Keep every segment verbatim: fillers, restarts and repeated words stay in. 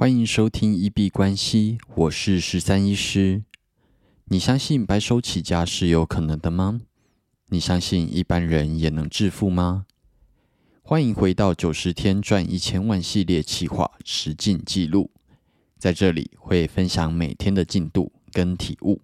欢迎收听一币关系，我是十三医师。你相信白手起家是有可能的吗？你相信一般人也能致富吗？欢迎回到九十天赚一千万系列企划实进记录，在这里会分享每天的进度跟体悟。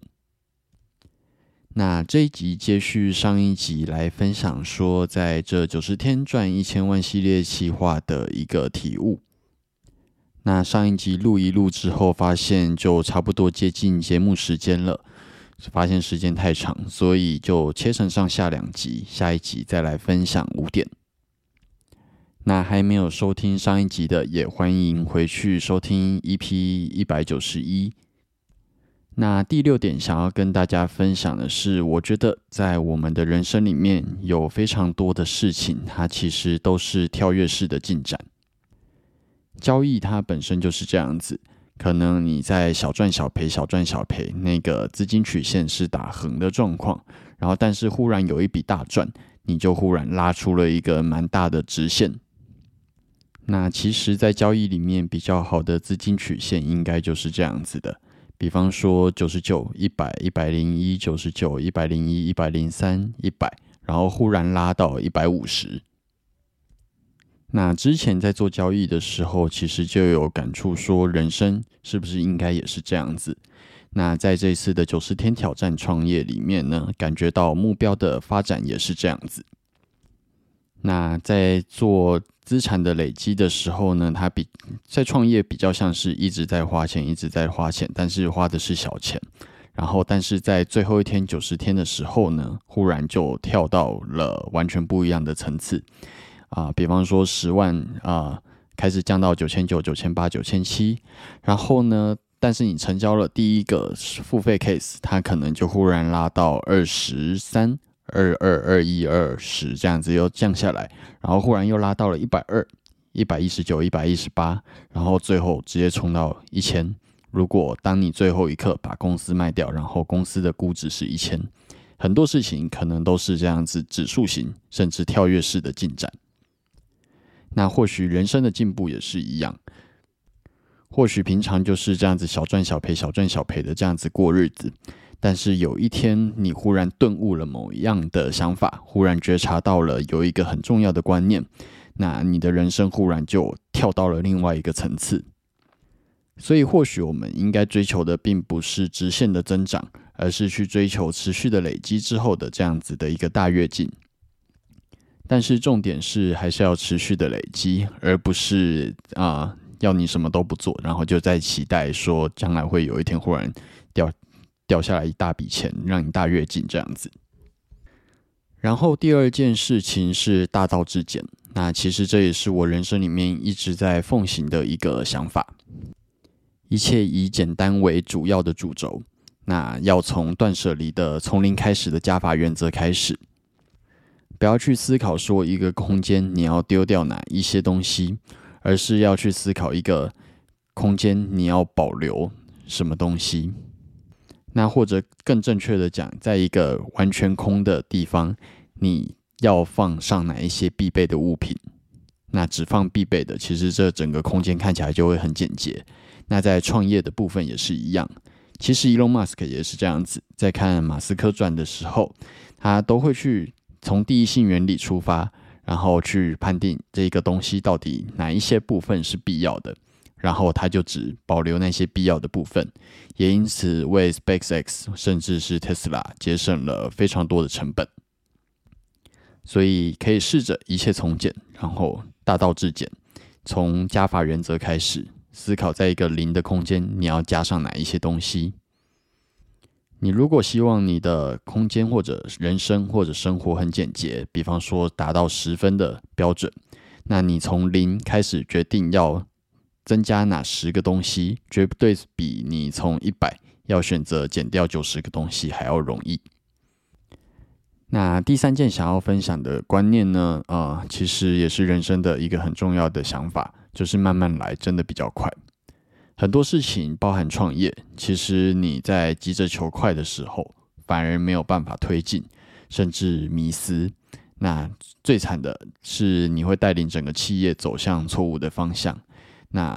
那这一集接续上一集来分享说，在这九十天赚一千万系列企划的一个体悟。那上一集录一录之后，发现就差不多接近节目时间了，发现时间太长，所以就切成上下两集，下一集再来分享五点。那还没有收听上一集的，也欢迎回去收听 E P 一百九十一。那第六点想要跟大家分享的是，我觉得在我们的人生里面有非常多的事情，它其实都是跳跃式的进展。交易它本身就是这样子，可能你在小赚小赔小赚小赔，那个资金曲线是打横的状况，然后但是忽然有一笔大赚，你就忽然拉出了一个蛮大的直线。那其实在交易里面比较好的资金曲线应该就是这样子的，比方说九十九、一百、一百零一、九十九、一百零一、一百零三、一百，然后忽然拉到一百五十。那之前在做交易的时候，其实就有感触说，人生是不是应该也是这样子？那在这次的九十天挑战创业里面呢，感觉到目标的发展也是这样子。那在做资产的累积的时候呢，它比在创业比较像是一直在花钱，一直在花钱，但是花的是小钱。然后，但是在最后一天九十天的时候呢，忽然就跳到了完全不一样的层次。啊、呃，比方说十万啊、呃，开始降到九千九、九千八、九千七，然后呢，但是你成交了第一个付费 case， 它可能就忽然拉到二十三、二二、二一、二十这样子又降下来，然后忽然又拉到了一百二、一百一十九、一百一十八，然后最后直接冲到一千。如果当你最后一刻把公司卖掉，然后公司的估值是一千，很多事情可能都是这样子指数型甚至跳跃式的进展。那或许人生的进步也是一样，或许平常就是这样子小赚小赔小赚小赔的这样子过日子，但是有一天你忽然顿悟了某一样的想法，忽然觉察到了有一个很重要的观念，那你的人生忽然就跳到了另外一个层次。所以或许我们应该追求的并不是直线的增长，而是去追求持续的累积之后的这样子的一个大跃进。但是重点是还是要持续的累积，而不是啊、呃、要你什么都不做，然后就在期待说将来会有一天忽然掉掉下来一大笔钱，让你大跃进这样子。然后第二件事情是大道至简，那其实这也是我人生里面一直在奉行的一个想法，一切以简单为主要的主轴，那要从断舍离的从零开始的加法原则开始。不要去思考说一个空间你要丢掉哪一些东西，而是要去思考一个空间你要保留什么东西。那或者更正确的讲，在一个完全空的地方，你要放上哪一些必备的物品。那只放必备的，其实这整个空间看起来就会很简洁。那在创业的部分也是一样，其实 Elon Musk 也是这样子，在看马斯克传的时候，他都会去从第一性原理出发，然后去判定这个东西到底哪一些部分是必要的，然后他就只保留那些必要的部分，也因此为 SpaceX 甚至是 Tesla 节省了非常多的成本。所以可以试着一切从简，然后大道至简，从加法原则开始思考，在一个零的空间你要加上哪一些东西。你如果希望你的空间或者人生或者生活很简洁，比方说达到十分的标准，那你从零开始决定要增加哪十个东西，绝对比你从一百要选择减掉九十个东西还要容易。那第三件想要分享的观念呢，呃，其实也是人生的一个很重要的想法，就是慢慢来真的比较快。很多事情包含创业，其实你在急着求快的时候，反而没有办法推进，甚至迷思。那最惨的是你会带领整个企业走向错误的方向。那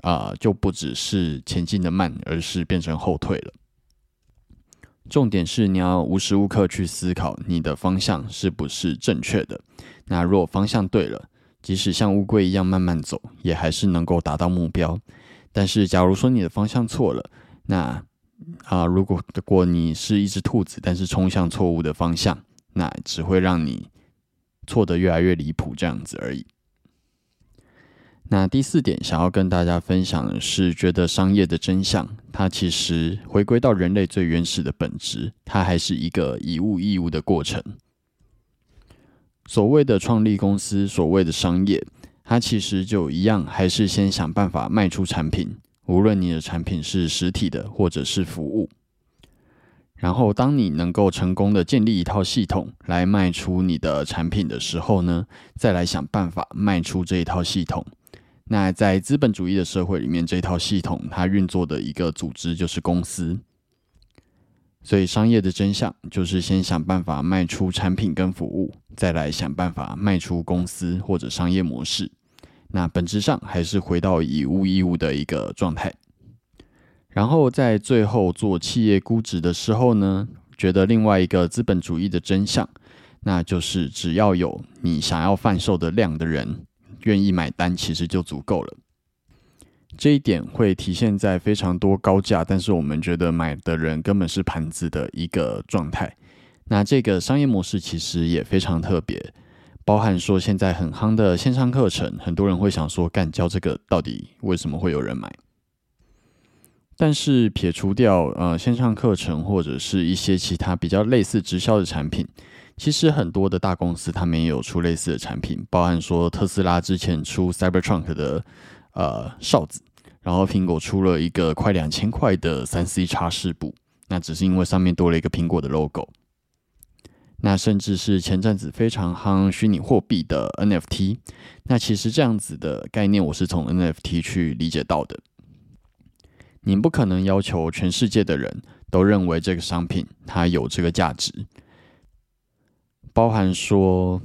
啊、呃，就不只是前进的慢，而是变成后退了。重点是你要无时无刻去思考你的方向是不是正确的。那如果方向对了，即使像乌龟一样慢慢走，也还是能够达到目标。但是假如说你的方向错了，那啊、呃，如果如果你是一只兔子，但是冲向错误的方向，那只会让你错得越来越离谱，这样子而已。那第四点想要跟大家分享的是，觉得商业的真相，它其实回归到人类最原始的本质，它还是一个以物易物的过程。所谓的创立公司，所谓的商业，它其实就一样，还是先想办法卖出产品，无论你的产品是实体的或者是服务。然后当你能够成功的建立一套系统来卖出你的产品的时候呢，再来想办法卖出这一套系统。那在资本主义的社会里面，这一套系统它运作的一个组织就是公司。所以商业的真相就是先想办法卖出产品跟服务，再来想办法卖出公司或者商业模式。那本质上还是回到以物易物的一个状态。然后在最后做企业估值的时候呢，觉得另外一个资本主义的真相，那就是只要有你想要贩售的量的人愿意买单，其实就足够了。这一点会体现在非常多高价，但是我们觉得买的人根本是盘子的一个状态。那这个商业模式其实也非常特别，包含说现在很夯的线上课程，很多人会想说，干教这个到底为什么会有人买？但是撇除掉呃线上课程或者是一些其他比较类似直销的产品，其实很多的大公司他们也有出类似的产品，包含说特斯拉之前出 Cybertruck 的呃哨子，然后苹果出了一个快两千块的 三 C 插饰布，那只是因为上面多了一个苹果的 logo。那甚至是前阵子非常夯虚拟货币的 N F T， 那其实这样子的概念我是从 N F T 去理解到的。你不可能要求全世界的人都认为这个商品它有这个价值，包含说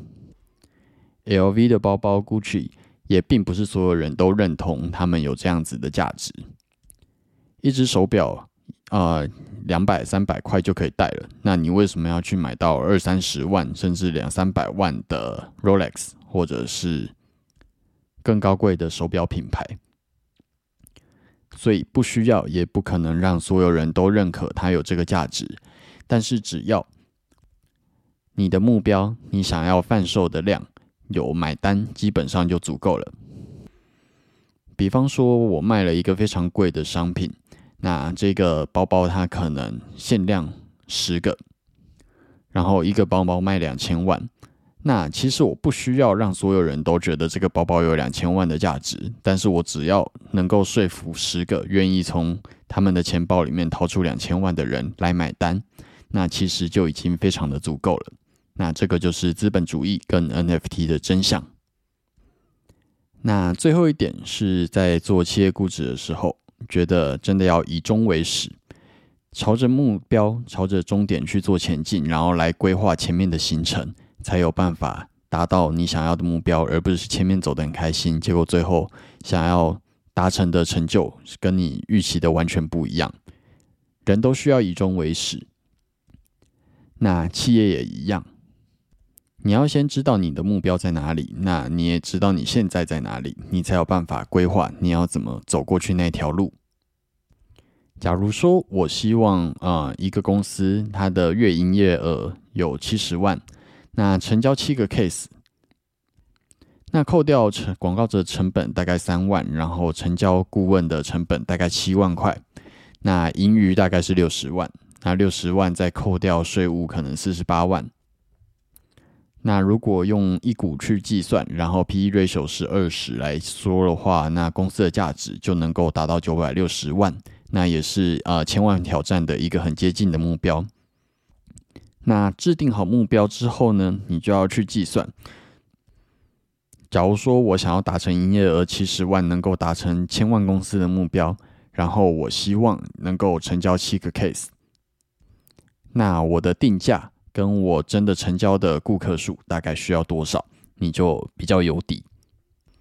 L V 的包包 Gucci 也并不是所有人都认同他们有这样子的价值。一只手表呃两百三百块就可以戴了，那你为什么要去买到二三十万甚至两三百万的 Rolex 或者是更高贵的手表品牌？所以不需要也不可能让所有人都认可它有这个价值，但是只要你的目标，你想要贩售的量有买单，基本上就足够了。比方说我卖了一个非常贵的商品，那这个包包它可能限量十个，然后一个包包卖两千万，那其实我不需要让所有人都觉得这个包包有两千万的价值，但是我只要能够说服十个愿意从他们的钱包里面掏出两千万的人来买单，那其实就已经非常的足够了。那这个就是资本主义跟 N F T 的真相。那最后一点是在做企业估值的时候，觉得真的要以终为始，朝着目标，朝着终点去做前进，然后来规划前面的行程，才有办法达到你想要的目标，而不是前面走得很开心，结果最后想要达成的成就跟你预期的完全不一样。人都需要以终为始，那企业也一样。你要先知道你的目标在哪里，那你也知道你现在在哪里，你才有办法规划你要怎么走过去那条路。假如说我希望呃一个公司它的月营业额有七十万，那成交七个 case， 那扣掉广告的成本大概三万，然后成交顾问的成本大概七万块，那盈余大概是六十万，那六十万再扣掉税务可能四十八万。那如果用一股去计算，然后 P E ratio 是二十来说的话，那公司的价值就能够达到九百六十万，那也是呃千万挑战的一个很接近的目标。那制定好目标之后呢，你就要去计算，假如说我想要达成营业额七十万，能够达成千万公司的目标，然后我希望能够成交七个 case， 那我的定价跟我真的成交的顾客数大概需要多少，你就比较有底。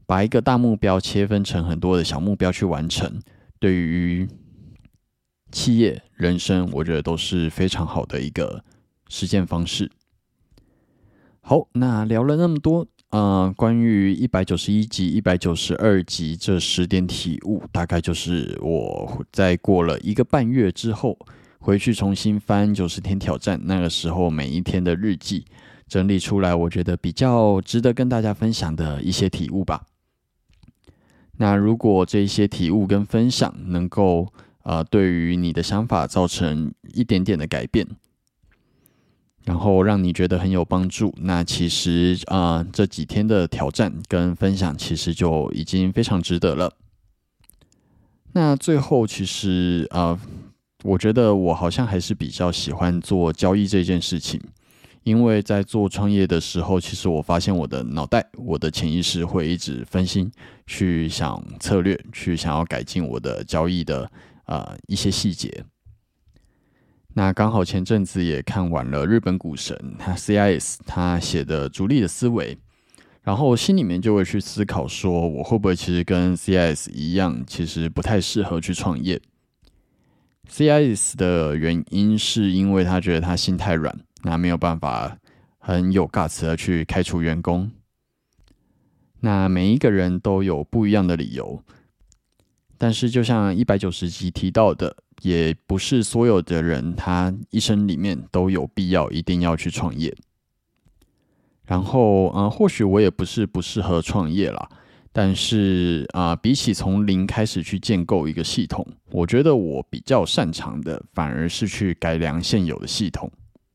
把一个大目标切分成很多的小目标去完成，对于企业、人生，我觉得都是非常好的一个实践方式。好，那聊了那么多，呃，关于一百九十一集、一百九十二集这十点体悟，大概就是我在过了一个半月之后，回去重新翻九十天挑战，那个时候每一天的日记，整理出来，我觉得比较值得跟大家分享的一些体悟吧。那如果这些体悟跟分享能够呃对于你的想法造成一点点的改变，然后让你觉得很有帮助，那其实啊、呃、这几天的挑战跟分享其实就已经非常值得了。那最后其实呃我觉得我好像还是比较喜欢做交易这件事情，因为在做创业的时候，其实我发现我的脑袋、我的潜意识会一直分心，去想策略，去想要改进我的交易的呃一些细节。那刚好前阵子也看完了日本股神他 C I S 他写的逐利的思维，然后心里面就会去思考说，我会不会其实跟 C I S 一样，其实不太适合去创业。C I S 的原因是因为他觉得他心太软，那没有办法很有 guts 的去开除员工。那每一个人都有不一样的理由，但是就像一百九十集提到的，也不是所有的人他一生里面都有必要一定要去创业。然后呃，或许我也不是不适合创业啦，但是啊、呃，比起从零开始去建构一个系统，我觉得我比较擅长的反而是去改良现有的系统。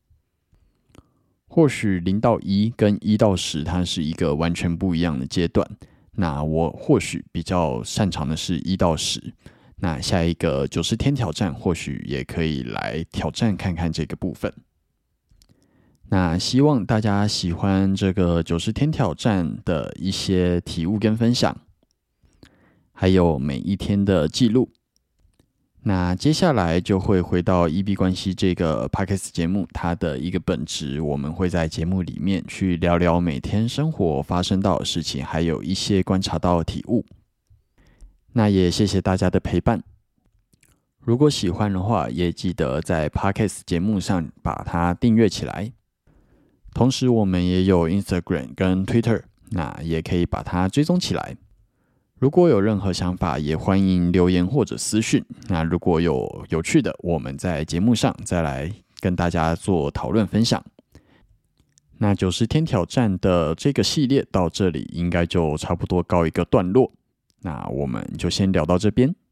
或许零到一跟一到十它是一个完全不一样的阶段，那我或许比较擅长的是一到十。那下一个九十天挑战或许也可以来挑战看看这个部分。那希望大家喜欢这个九十天挑战的一些体悟跟分享，还有每一天的记录。那接下来就会回到E B关系这个 Podcast 节目，它的一个本质，我们会在节目里面去聊聊每天生活发生到的事情，还有一些观察到的体悟。那也谢谢大家的陪伴。如果喜欢的话，也记得在 Podcast 节目上把它订阅起来。同时我们也有 Instagram 跟 Twitter， 那也可以把它追踪起来。如果有任何想法，也欢迎留言或者私讯。那如果有有趣的，我们在节目上再来跟大家做讨论分享。那九十天挑战的这个系列到这里应该就差不多告一个段落。那我们就先聊到这边。